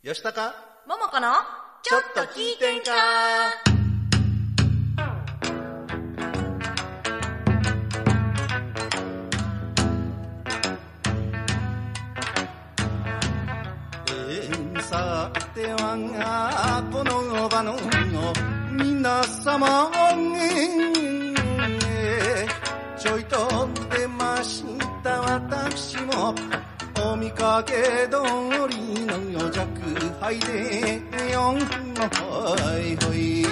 よしたかももこのちょっと聞いてんか。 さてはこの場の皆様ちょいと出ました私もお見かけ通りの弱敗でよんほいほい。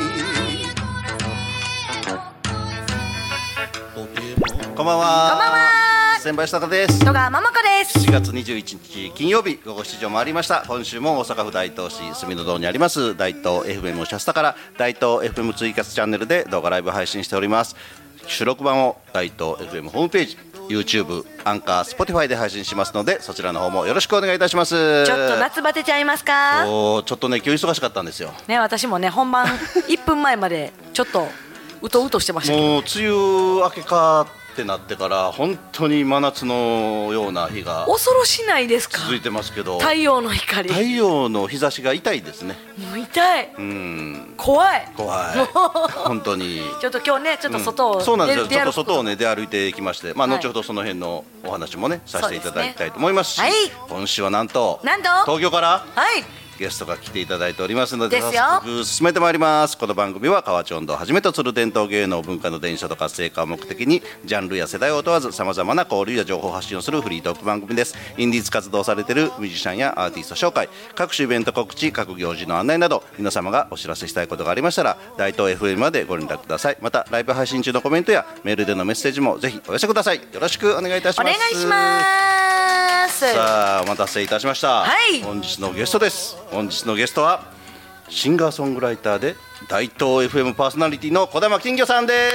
こんばんは。 こんばんは。 先輩したかです。 戸川桃子です。 4月21日金曜日午後7時を回りました。今週も大阪府大東市住の堂にあります大東 FM シャスタから大東 FM ツイキャスチャンネルで動画ライブ配信しております。収録版を大東 FM ホームページ、YouTube、アンカー、Spotify で配信しますので、そちらの方もよろしくお願いいたします。 ちょっと夏バテちゃいますか？ ちょっとね今日忙しかったんですよ。 ね、私もね本番1分前までちょっとうとうとしてましたけど。 もう梅雨明けかってなってから本当に真夏のような日が恐ろしないですか？ 続いてますけど、 太陽の光、 太陽の日差しが痛いですね。 もう痛い、怖い本当にちょっと今日ねちょっと外を、 そうなんですよ。ちょっと出歩くこと外をね出歩いてきまして、後ほどその辺のお話もねさせていただきたいと思いますし、 はい、 今週はなんと東京からゲストが来ていただいておりますので、早速進めてまいります。この番組は河内音頭をはじめとする伝統芸能文化の伝承と活性化を目的にジャンルや世代を問わずさまざまな交流や情報発信をするフリートーク番組です。インディーズ活動されているミュージシャンやアーティスト紹介、各種イベント告知、各行事の案内など皆様がお知らせしたいことがありましたら大東 FM までご連絡ください。またライブ配信中のコメントやメールでのメッセージもぜひお寄せください。よろしくお願いいたします。 お願いします。 さあお待たせいたしました、本日のゲストです。本日のゲストはシンガーソングライターで大東 FM パーソナリティの児玉金魚さんです。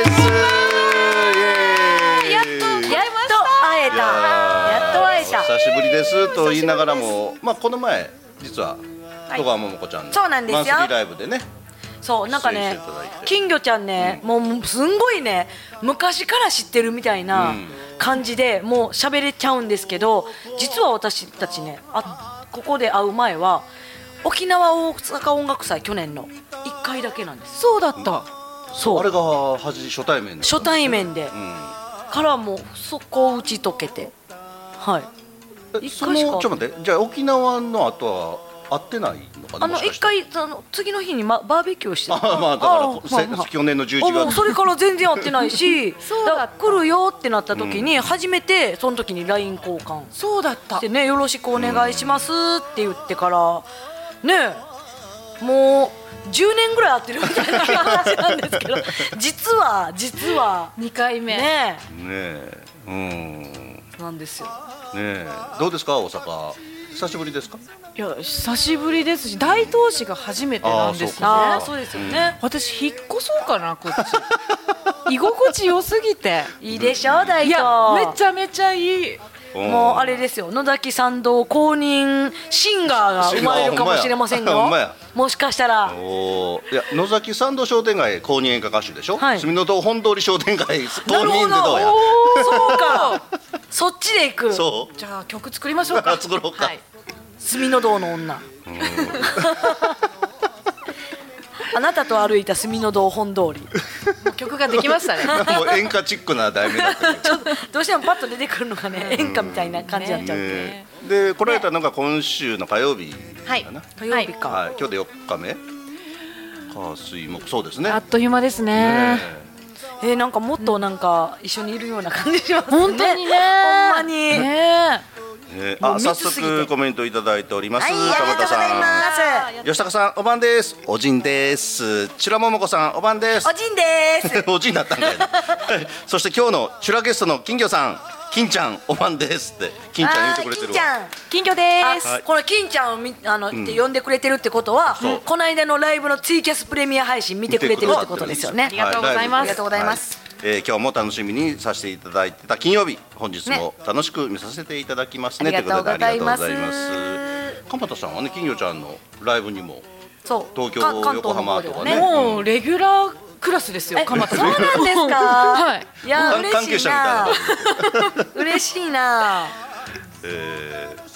やっと会えた。 久しぶりですと言いながらも、この前実は戸川桃子ちゃんのマンスリーライブでね、 そうなんかね金魚ちゃんね、もうすんごいね昔から知ってるみたいな感じでもう喋れちゃうんですけど、実は私たちねここで会う前は沖縄大阪音楽祭去年の1回だけなんです。 そうだった。 そうあれが初対面で、 初対面で、からもうそこ打ち解けて、 1回しか。ちょっと待って、じゃあ沖縄の後は会ってないのかな。 1回次の日にバーベキューしてだから去年の11月それから全然会ってないし来るよってなった時に初めてその時に LINE 交換してね、よろしくお願いしますって言ってからね、もう10年ぐらい会ってるみたいな話なんですけど実は 2回目ねえ、 なんですよね。どうですか大阪、久しぶりですか？ いや久しぶりですし、大東市が初めてなんですね。 そうですよね。 私引っ越そうかなこっち居心地良すぎて。 いいでしょ大東。 いやめちゃめちゃいい。 もうあれですよ、野崎参道公認シンガーが生まれるかもしれませんよ。もしかしたら。 いや野崎参道商店街公認演歌歌手でしょ、住の堂本通商店街公認でどうや。 そうかそっちで行く。 じゃあ曲作りましょうか。 作ろうか、 住の堂の女あなたと歩いた住の堂本通りもう曲ができましたねもう演歌チックな題名だったけどどうしてもパッと出てくるのがね演歌みたいな感じになっちゃうで来られたのが今週の火曜日かな。 火曜日か、 今日で4日目火水木、そうですね。 あっという間ですね。 なんかもっとなんか一緒にいるような感じしますね。 本当にね。 ほんまに早速コメントいただいております。 ありがとうございます。 吉高さんおばんです。おじんです。ちらももこさんおばんです。 おじんですおじんだったんかいなそして今日のチュラゲストの金魚さん、金ちゃんおばんですって金ちゃん言ってくれてるわ。 金魚です。 この金ちゃんをって呼んでくれてるってことは、この間のライブのツイキャスプレミア配信見てくれてるってことですよね。 ありがとうございます。 ありがとうございます。 今日も楽しみにさせていただいてた金曜日、本日も楽しく見させていただきますね。 ありがとうございます。 鎌田さんはね、金魚ちゃんのライブにも東京、横浜とかね、 もうレギュラークラスですよ。鎌田さん。 そうなんですか。 はい。 いや嬉しいな。 関係者みたいな。 嬉しいな。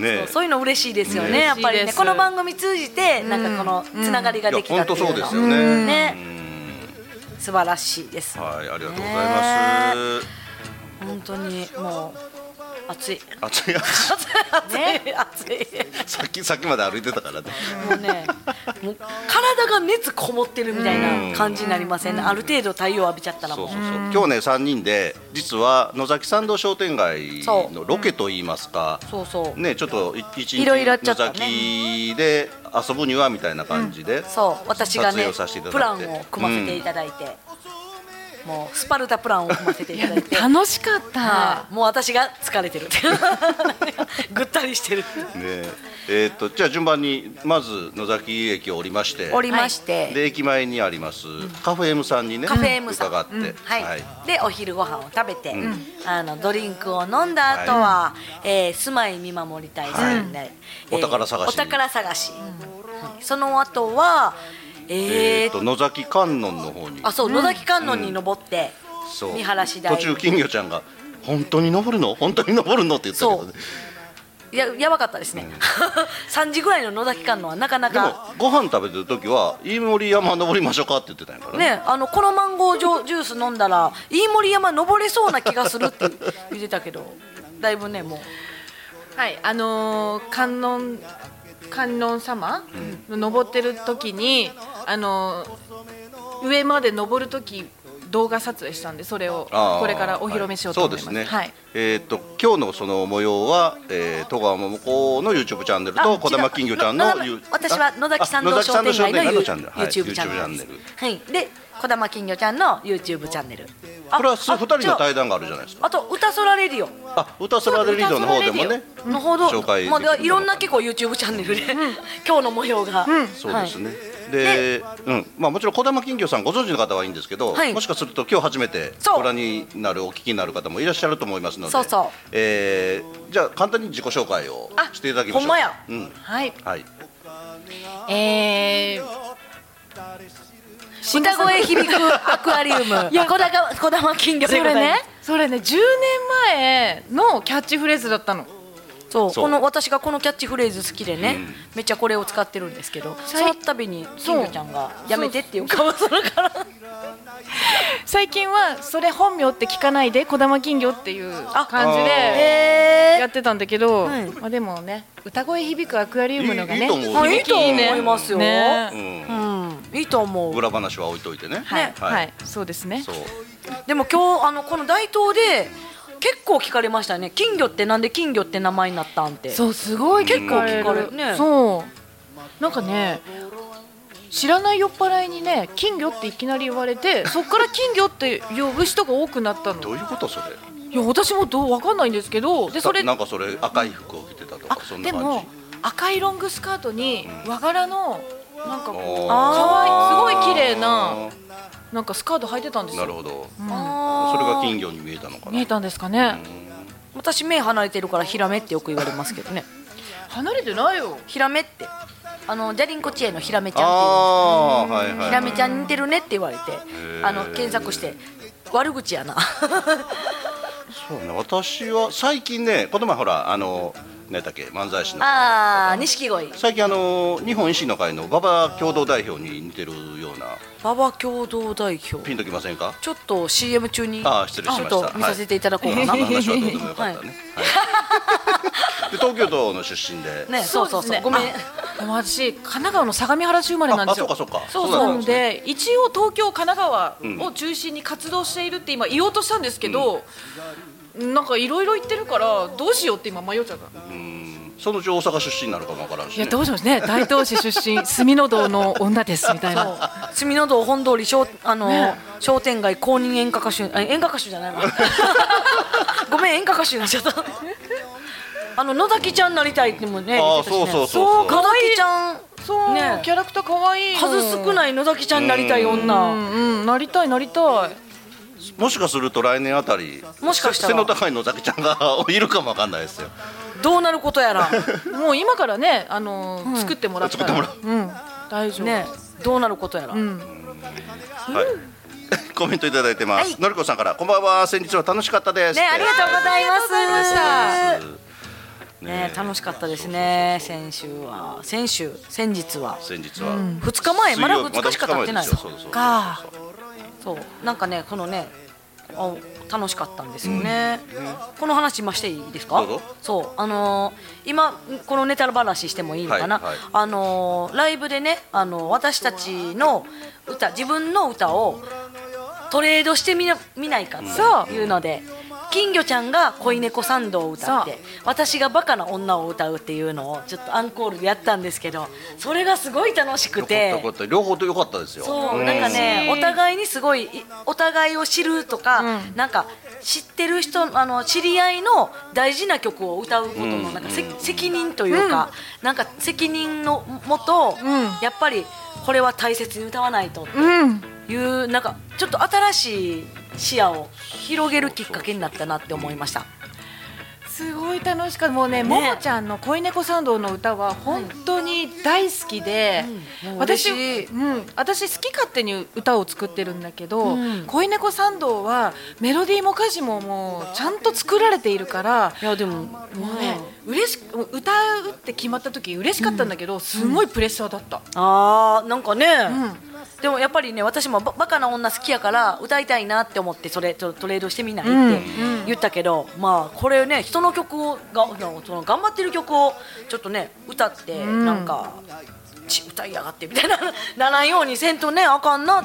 そういうの嬉しいですよね。やっぱりね、この番組通じてなんかこのつながりができたっていうの。 本当そうですよね。 ね、素晴らしいです。 はい、ありがとうございます。 本当にもう暑い。 暑い暑い。 さっきまで歩いてたからね。 もうね、もう体が熱こもってるみたいな感じになりませんね。ある程度太陽浴びちゃったらもう。 今日ね3人で実は野崎参道商店街のロケといいますか、ねちょっと一日野崎で遊ぶにはみたいな感じで、 私がねプランを組ませていただいて。もうスパルタプランを組ませていただいて楽しかった、 もう私が疲れてるぐったりしてるね。じゃあ順番にまず野崎駅を降りましてで駅前にありますカフェ M さんにね伺ってでお昼ご飯を食べてドリンクを飲んだ後は住まい見守り隊さんでお宝探しその後は野崎観音の方に野崎観音に登って見晴らし台途中金魚ちゃんが本当に登るのって言ったけどね。 やばかったですね。3時ぐらいの野崎観音はなかなか。 ご飯食べてる時は飯盛山登りましょうかって言ってたんやからね。 このマンゴージュース飲んだら飯盛山登れそうな気がするって言ってたけど、だいぶねもう。 はい、観音様の登ってる時に上まで登る時動画撮影したんで、それをこれからお披露目しようと思います。そうですね。 今日のその模様は戸川桃子の YouTube チャンネルと児玉金魚ちゃんの私は野崎参道商店街の YouTube チャンネルで児玉金魚ちゃんの YouTube チャンネル。 プラス2人の対談があるじゃないですか。 あと歌空レディオ。 歌空レディオの方でもね紹介できる。 いろんな結構 YouTube チャンネルで今日の模様が。 そうですね。で、もちろん児玉金魚さんご存知の方はいいんですけど、もしかすると今日初めてご覧になるお聞きになる方もいらっしゃると思いますので、じゃあ簡単に自己紹介をしていただきましょう。 ほんまや。 はい。 歌声響くアクアリウム児玉金魚でございます。 それね10年前のキャッチフレーズだったの。 私がこのキャッチフレーズ好きでね、めっちゃこれを使ってるんですけど、その度に金魚ちゃんがやめてっていう顔するから最近はそれ本名って聞かないで児玉金魚っていう感じでやってたんだけど、でもね歌声響くアクアリウムのがねいいと思いますよ。いいと思う。 裏話は置いといてね。 はい、そうですね。 でも今日この大東で結構聞かれましたね。金魚ってなんで金魚って名前になったんって。 そう、すごい結構聞かれるね。そうなんかね、知らない酔っ払いにね金魚っていきなり言われて、そっから金魚って呼ぶ人が多くなったの。 どういうことそれ。 いや私も分かんないんですけど、でそれなんかそれ赤い服を着てたとかそんな感じ。 でも赤いロングスカートに和柄のなんかかわいいすごい綺麗ななんかスカート履いてたんですよ。 なるほど。それが金魚に見えたのかな。 見えたんですかね。 私目離れてるからヒラメってよく言われますけどね。 離れてないよ。 ヒラメってジャリンコ知恵のヒラメちゃんっていうヒラメちゃん似てるねって言われて検索して悪口やな。 そうね。私は最近ねこの前ほら何だっけ漫才師の錦鯉。 最近日本維新の会の馬場共同代表に似てるような。 馬場共同代表。 ピンときませんか。 ちょっと CM 中に失礼しました。 ちょっと見させていただこうかな。 話はどうでもよかったね。で東京都の出身で。 ね、そうごめん。 でも私神奈川の相模原市生まれなんですよ。 そうなので一応東京神奈川を中心に活動しているって今言おうとしたんですけど、なんかいろいろ言ってるからどうしようって今迷っちゃった。 そのうち大阪出身になるかもわからんし、ね。 いやどうしますね。大東市出身住の堂の女ですみたいな。 住の堂本通り商店街公認演歌歌手演歌歌手じゃないわ。ごめん演歌歌手になっちゃった。野崎ちゃんなりたいってもね。 そう。 野崎ちゃん。 そうね。キャラクター可愛い。 数少ない野崎ちゃんになりたい女。 なりたい。 もしかすると来年あたり背の高い野崎ちゃんがいるかもわかんないですよ。 どうなることやら。 もう今からね作ってもらったら大丈夫ね。どうなることやら。 コメントいただいてます。のりこさんからこんばんは。先日は楽しかったです。 ね、ありがとうございます。 ね、楽しかったですね。先日は2日前、まだ2日しか経ってないのか。そうなんかね、このね楽しかったんですよね。この話今していいですか？そう今このネタ話してもいいのかな。ライブでね、私たちの歌、自分の歌をトレードしてみないかというので、金魚ちゃんが恋猫サンドを歌って、私がバカな女を歌うっていうのをちょっとアンコールでやったんですけど、それがすごい楽しくて、 両方と良かったですよ。 そうなんかね、お互いにすごいお互いを知るとか、なんか知ってる人、知り合いの大事な曲を歌うことのなんか責任というか、なんか責任のもと、やっぱりこれは大切に歌わないとっていう、なんかちょっと新しい視野を広げるきっかけになったなって思いました。 すごい楽しかった。もうね、ももちゃんの恋猫サンドの歌は本当に大好きで、私好き勝手に歌を作ってるんだけど、恋猫サンドはメロディーも歌詞ももうちゃんと作られているから、 いやでもね、歌うって決まった時嬉しかったんだけど、すごいプレッシャーだった。 なんかね、でもやっぱりね、私もバカな女好きやから歌いたいなって思って、それトレードしてみないって言ったけど、まあこれね、人の曲をその頑張ってる曲をちょっとね歌って、なんか歌いやがってみたいなならんようにせんとねあかんなって。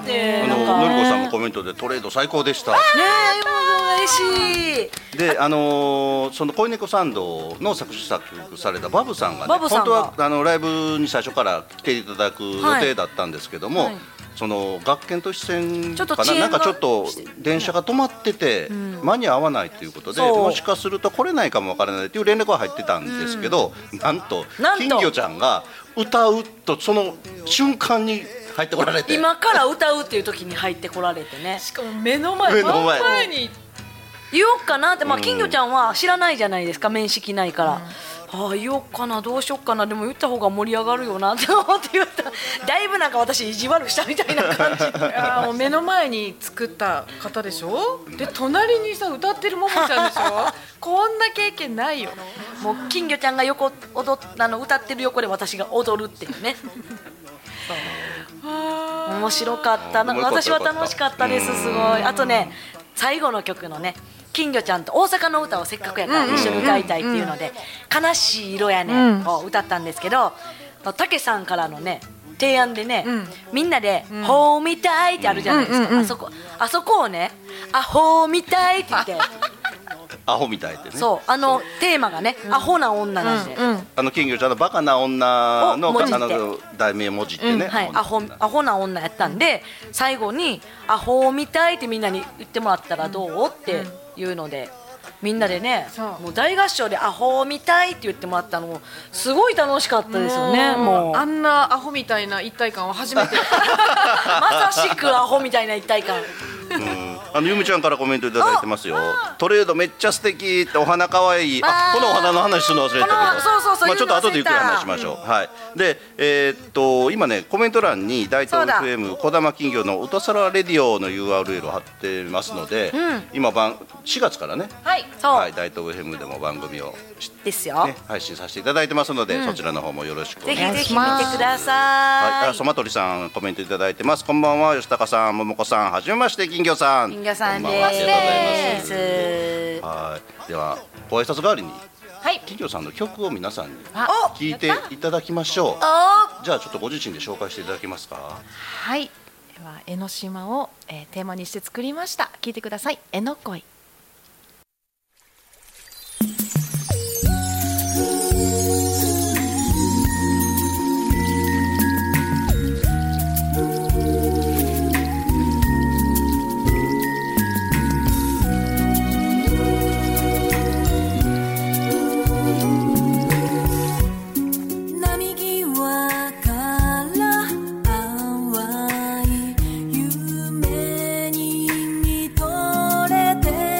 のりこさんもコメントでトレード最高でした。ねえ、嬉しい。 で、その恋猫サンドの作詞作曲されたバブさんがね、本当はライブに最初から来ていただく予定だったんですけども、その学研都市線かな、なんかちょっと電車が止まってて間に合わないということで、もしかすると来れないかもわからないという連絡は入ってたんですけど、なんと金魚ちゃんが歌うとその瞬間に入ってこられて、 今から歌うっていう時に入ってこられてね、 しかも目の前に言おうかなって、金魚ちゃんは知らないじゃないですか、面識ないから。言おうかな、どうしようかな、でも言った方が盛り上がるよなって思って言った。だいぶなんか私意地悪したみたいな感じ。 もう目の前に作った方でしょ。で隣にさ歌ってるももちゃんでしょ。こんな経験ないよ。 もう金魚ちゃんが歌ってる横で私が踊るっていうね。面白かったな。私は楽しかったです。すごい。あとね、最後の曲のね、金魚ちゃんと大阪の歌をせっかくやから一緒に歌いたいっていうので、悲しい色やねんを歌ったんですけど、たけさんからのね提案でね、みんなでほうみたいってあるじゃないですか。あそこをね、アホみたいって言って、 アホみたいってね。 そう、テーマがね、アホな女なんで、 金魚ちゃんのバカな女の題名文字ってね、 アホな女やったんで、最後にアホみたいってみんなに言ってもらったらどうっていうので、みんなでね、もう大合唱でアホみたいって言ってもらったのもすごい楽しかったですよね。もうあんなアホみたいな一体感は初めて。 まさしくアホみたいな一体感。 ゆみちゃんからコメントいただいてますよ。トレードめっちゃ素敵って、お花かわいい。このお花の話するの忘れたけど、ちょっと後でゆっくり話しましょう。はい。で、今ねコメント欄に大東 FM 小玉金魚の歌皿レディオの URL を貼ってますので、今4月からね、大東 FM でも番組をですよ、 配信させていただいてますので、そちらの方もよろしくお願いします。 ぜひぜひ見てください。 ソマトリさんコメントいただいてます。こんばんは、吉高さん、桃子さん、はじめまして、金魚さん。 金魚さんです。 はい。ではご挨拶代わりに、金魚さんの曲を皆さんに聞いていただきましょう。じゃあちょっとご自身で紹介していただけますか。 はい。では江ノ島を、テーマにして作りました。聞いてください。江ノ恋。 夢に見とれて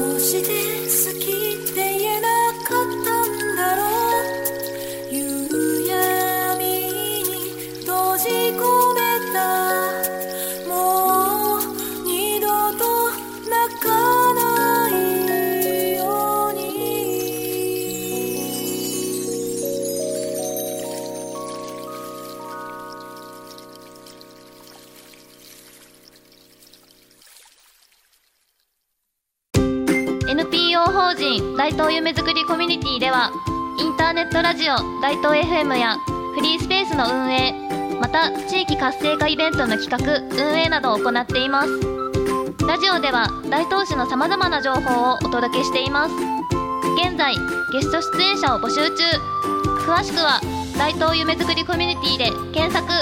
うして好きって言えなかったんだろう。夕闇に閉じ込めた、もう二度と泣かないように。 NPO 法人大東夢づくりコミュニティではインターネットラジオ大東 FM やフリースペースの運営、また地域活性化イベントの企画・運営などを行っています。ラジオでは大東市のさまざまな情報をお届けしています。現在ゲスト出演者を募集中。詳しくは大東夢づくりコミュニティで検索。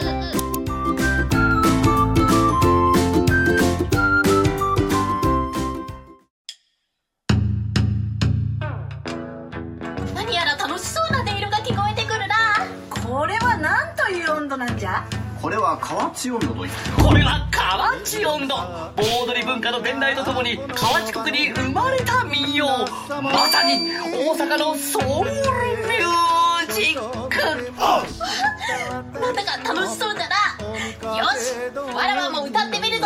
何やら楽しそうな音色が聞こえてくるな。 これは何という温度なんじゃ。 これは河内温度といってこれは河内音頭、盆踊り文化の伝来とともに河内国に生まれた民謡、まさに大阪のソウルミュージック。 なんだか楽しそうだな。よし、わらわも歌ってみるぞ。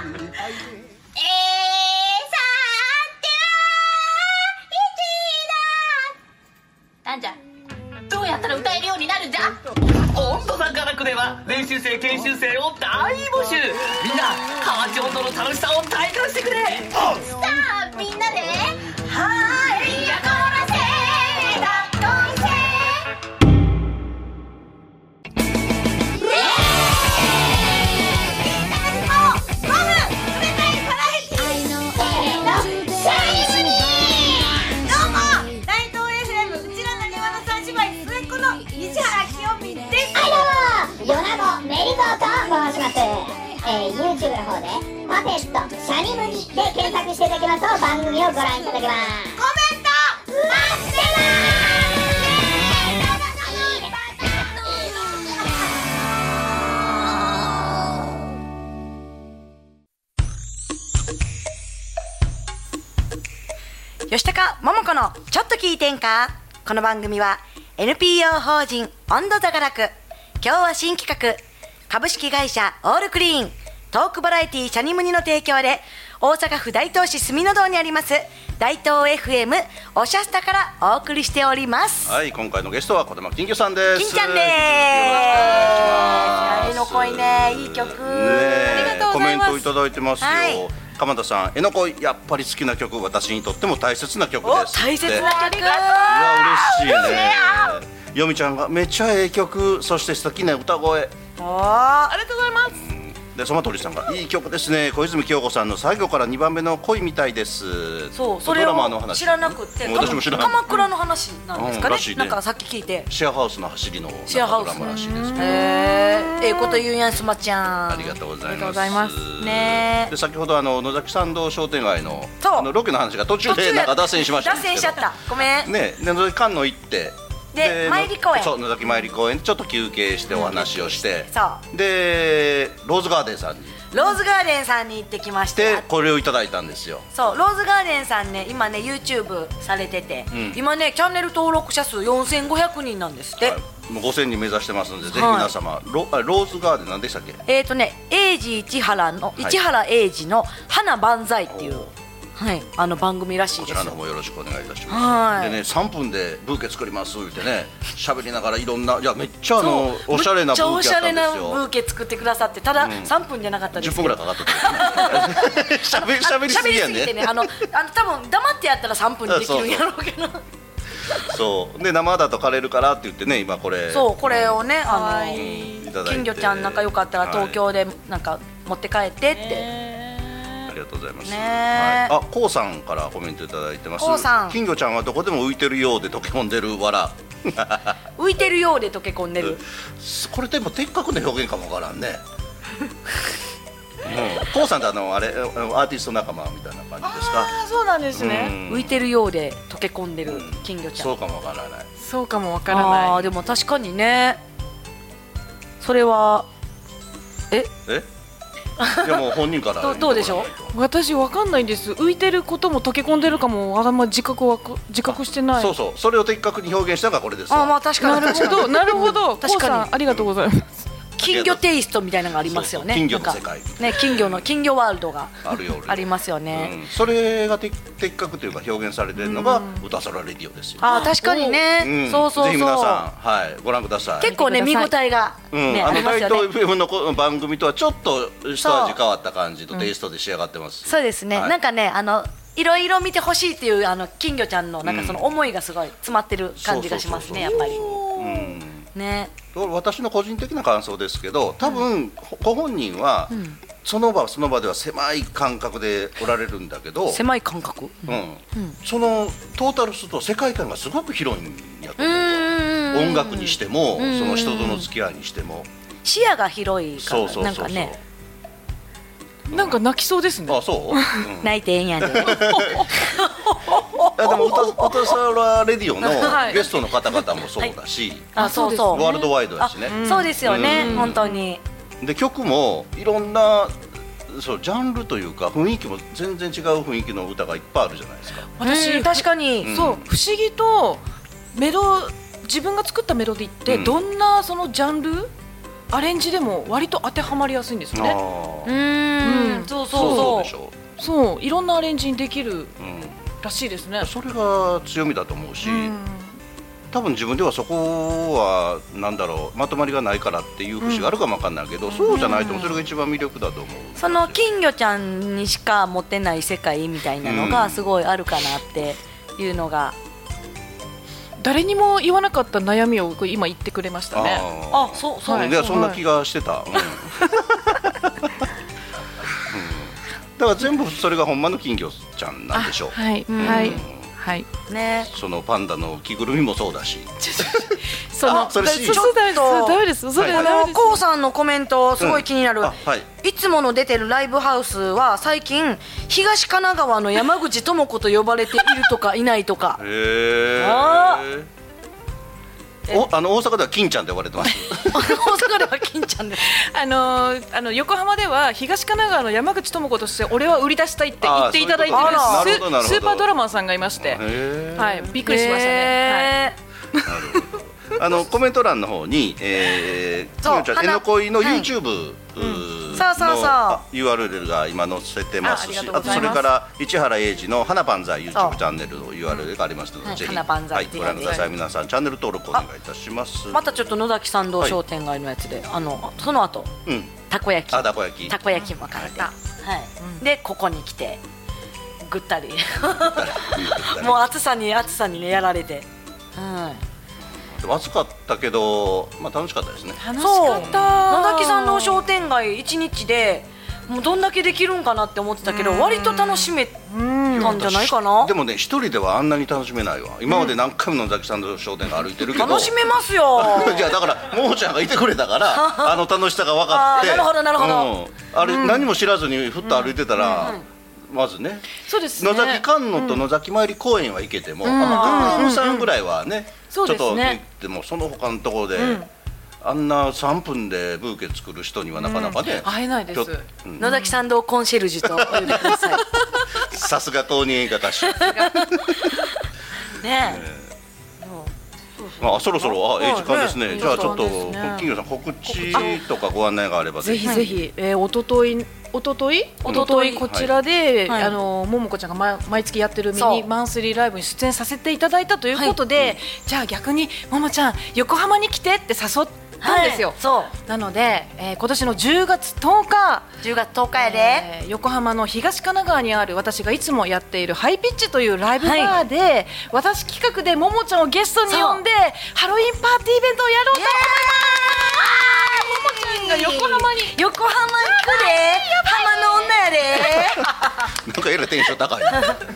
なんじゃ、どうやったら歌えるようになるんじゃ。 音頭さんからくでは練習生研修生を大募集。みんな河内音頭の楽しさを体感してくれ。 さあみんなではいやこらせだっこいせ。 YouTube の方でパペットシャニムニで検索していただきますと番組をご覧いただけます。コメント待ってます。吉高桃子のちょっと聞いてんか。この番組は NPO 法人温度座が楽、今日は新企画株式会社オールクリーントークバラエティシャニムニの提供で大阪府大東市住の堂にあります大東 FM おしゃスタからお送りしております。 はい、今回のゲストは児玉金魚さんです。 金ちゃんです。 よろしくお願いします。 絵の恋ね、いい曲、 ありがとうございます。コメントいただいてますよ、 はい、 鎌田さん、絵の恋やっぱり好きな曲、私にとっても大切な曲です。 大切な曲。 ありがとう。いや嬉しいね。よみちゃんがめっちゃええ曲、そして素敵な歌声。 ありがとうございます。 でソマトリさんがいい曲ですね。小泉京子さんの最後から2番目の恋みたいです。 そう、それを知らなくて、 私も知らない。 鎌倉の話なんですかね。 ね、 なんかさっき聞いてシェアハウスの走りのシェアハウスドラマらしいですけど。 ええこと言うやん、すまちゃん。 ありがとうございます。 ね。 で先ほど野崎参道商店街のロケの話が途中でなんか脱線しましたけど。 脱線しちゃった。ごめん。 ね、で野崎観音行って。 で参り公園、 そう野崎参り公園でちょっと休憩してお話をして、 そうでローズガーデンさんに行ってきまして、 これをいただいたんですよ。 そうローズガーデンさんね、今ね YouTube されてて、今ねチャンネル登録者数4500人なんですって、 もう5000人目指してますんで、ぜひ皆様、ローズガーデン何でしたっけ。 英治市原の市原英治の花万歳っていう番組らしいです。 こちらの方もよろしくお願いいたします。でね、3分でブーケ作りますってね、喋りながらいろんな、いやめっちゃおしゃれなブーケあったんですよ。めっちゃおしゃれなブーケ作ってくださって、ただ3分じゃなかったです 10分ぐらいかかってて喋りすぎやね。 多分黙ってやったら3分でできるんやろうけど。 そうで生だと枯れるからって言ってね、今これこれをね金魚ちゃん仲良かったら東京でなんか持って帰ってって。 ありがとうございます。こうさんからコメントいただいてます。金魚ちゃんはどこでも浮いてるようで溶け込んでるわら。 浮いてるようで溶け込んでる。 これでも的確な表現かもわからんね。こうさんってあれアーティスト仲間みたいな感じですか。 そうなんですね。 浮いてるようで溶け込んでる金魚ちゃん。 そうかもわからない。 そうかもわからない。 でも確かにね。それはいやもう本人からどうでしょう。私わかんないんです。浮いてることも溶け込んでるかもあんま自覚してない。 そうそう、それを的確に表現したのがこれです。 まあ確かに。 なるほどなるほど。確かにありがとうございます。 金魚テイストみたいなのがありますよね。 金魚の世界ね、金魚ワールドがありますよね。 それが的確というか表現されているのが歌空レディオですよ。 あ、確かにね。そうそうそう。 ぜひ皆さん、はい、ご覧ください。 結構ね、見応えがねありますよね。 大東 FM の番組とはちょっと一味変わった感じとテイストで仕上がってます。 そうですね。なんかね、いろいろ見てほしいっていう金魚ちゃんのなんかその思いがすごい詰まってる感じがしますね、やっぱり。ね。 私の個人的な感想ですけど、多分ご本人はその場その場では狭い感覚でおられるんだけど、 狭い感覚、 そのトータルすると世界観がすごく広いんやと思う。音楽にしてもその人との付き合いにしても視野が広いから、なんかね、 なんか泣きそうですね。 あ、そう？ 泣いてええんやで。 でも歌空レディオのゲストの方々もそうだし、 そうそう、 ワールドワイドだしね。 そうですよね、本当に。 で曲もいろんなそうジャンルというか雰囲気も全然違う雰囲気の歌がいっぱいあるじゃないですか。 私確かにそう不思議と自分が作ったメロディってどんなそのジャンルアレンジでも割と当てはまりやすいんですよね。 そうそうそうそう、いろんなアレンジにできるらしいですね。 それが強みだと思うし、多分自分ではそこはなんだろう、まとまりがないからっていう節があるかもわかんないけど、そうじゃないとそれが一番魅力だと思う。 その金魚ちゃんにしか持ってない世界みたいなのがすごいあるかなっていうのが、 誰にも言わなかった悩みを今言ってくれましたね。 あ、そうそう。 いや、そんな気がしてた。だから全部それがほんまの金魚ちゃんなんでしょう。 はいはいはいね。 そのパンダの着ぐるみもそうだし。 それダメです。それコウさんのコメントすごい気になる。いつもの出てるライブハウスは最近東神奈川の山口智子と呼ばれているとかいないとか。 大阪では金ちゃんと呼ばれてます。 大阪では金ちゃんです。 横浜では東神奈川の山口智子として俺は売り出したいって言っていただいてるスーパードラマーさんがいまして、はい、びっくりしましたね。 コメント欄の方に金魚ちゃんえのこいの YouTube の URL が今載せてますし、あとそれから市原英二の花パンザ YouTube チャンネルの URL がありますので、ぜひご覧ください。皆さんチャンネル登録お願いいたします。 またちょっと野崎参道商店街のやつでその後たこ焼きも買ってでここに来てぐったりもう暑さにねやられて、 暑かったけど、まあ楽しかったですね。 楽しかった。 野崎さんの商店街1日でもうどんだけできるんかなって思ってたけど、割と楽しめたんじゃないかな。 でもね、一人ではあんなに楽しめないわ。今まで何回も野崎さんの商店街歩いてるけど、 楽しめますよ。 いやだからももちゃんがいてくれたから楽しさが分かって、 なるほどなるほど。 あれ何も知らずにふっと歩いてたら。まずね、野崎観音と野崎参り公園は行けても、高山さんぐらいはね、ちょっと行っても、その他のところであんな3分でブーケ作る人にはなかなかね会えないです。 野崎参道コンシェルジュとお呼びください。 さすが公認演歌歌手ね。 そろそろ時間ですね。じゃあちょっと金魚さん告知とかご案内があればぜひぜひ。おとといこちらでももこちゃんが毎月やってるミニマンスリーライブに出演させていただいたということで、じゃあ逆にももちゃん横浜に来てって誘ったんですよ。なので今年の10月10日やで横浜の東神奈川にある私がいつもやっているハイピッチというライブバーで、私企画でももちゃんをゲストに呼んでハロウィンパーティーイベントをやろうと思います。ももちゃんが横浜に行くで浜の女やで。 なんかえらいテンション高い。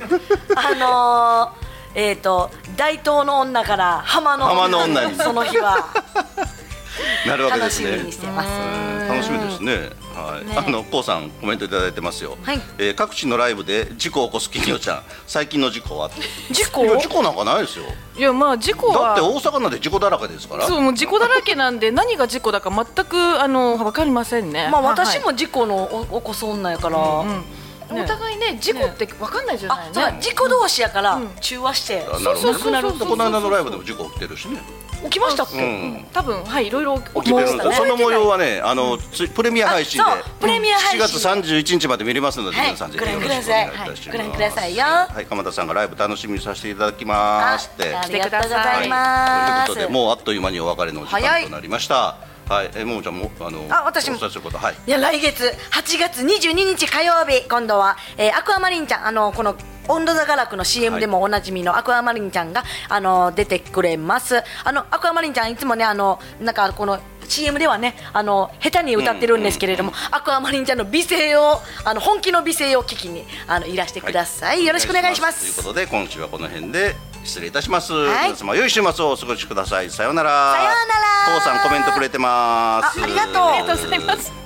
大東の女から浜の女にその日はなるわけですね。 楽しみにしてます。 楽しみですですね。はい。こうさんコメントいただいてますよ。各地のライブで事故を起こす金魚ちゃん。最近の事故は？ 事故なんかないですよ。 いやまあ事故は。 だって大阪なんて事故だらけですから。 そうもう事故だらけなんで何が事故だか全くわかりませんね。 まあ私も事故の起こす女やから。お互いね事故って分かんないじゃないね。事故同士やから中和してなくなる。この間のライブでも事故起きてるしね。 起きましたっけ？ 多分はいいろいろ起きてる。その模様はねプレミア配信で7月31日まで見れますので皆さんぜひよろしくお願いいたします。 ご覧くださいよ。 はい、鎌田さんがライブ楽しみにさせていただきますって。 ありがとうございます。 ということでもうあっという間にお別れの時間となりました。はい、ももちゃんも私もお伝えすること、はい。 いや来月8月22日火曜日今度はアクアマリンちゃんこの温度座がらくの CM でもおなじみのアクアマリンちゃんが出てくれます。アクアマリンちゃんいつもねなんかこの CM ではね下手に歌ってるんですけれども、アクアマリンちゃんの美声を本気の美声を聞きにいらしてください。よろしくお願いします。 ということで今週はこの辺で失礼いたします。皆様良い週末をお過ごしください。さようなら。 さようなら。 こうさんコメントくれてます。 ありがとう。 ありがとうございます。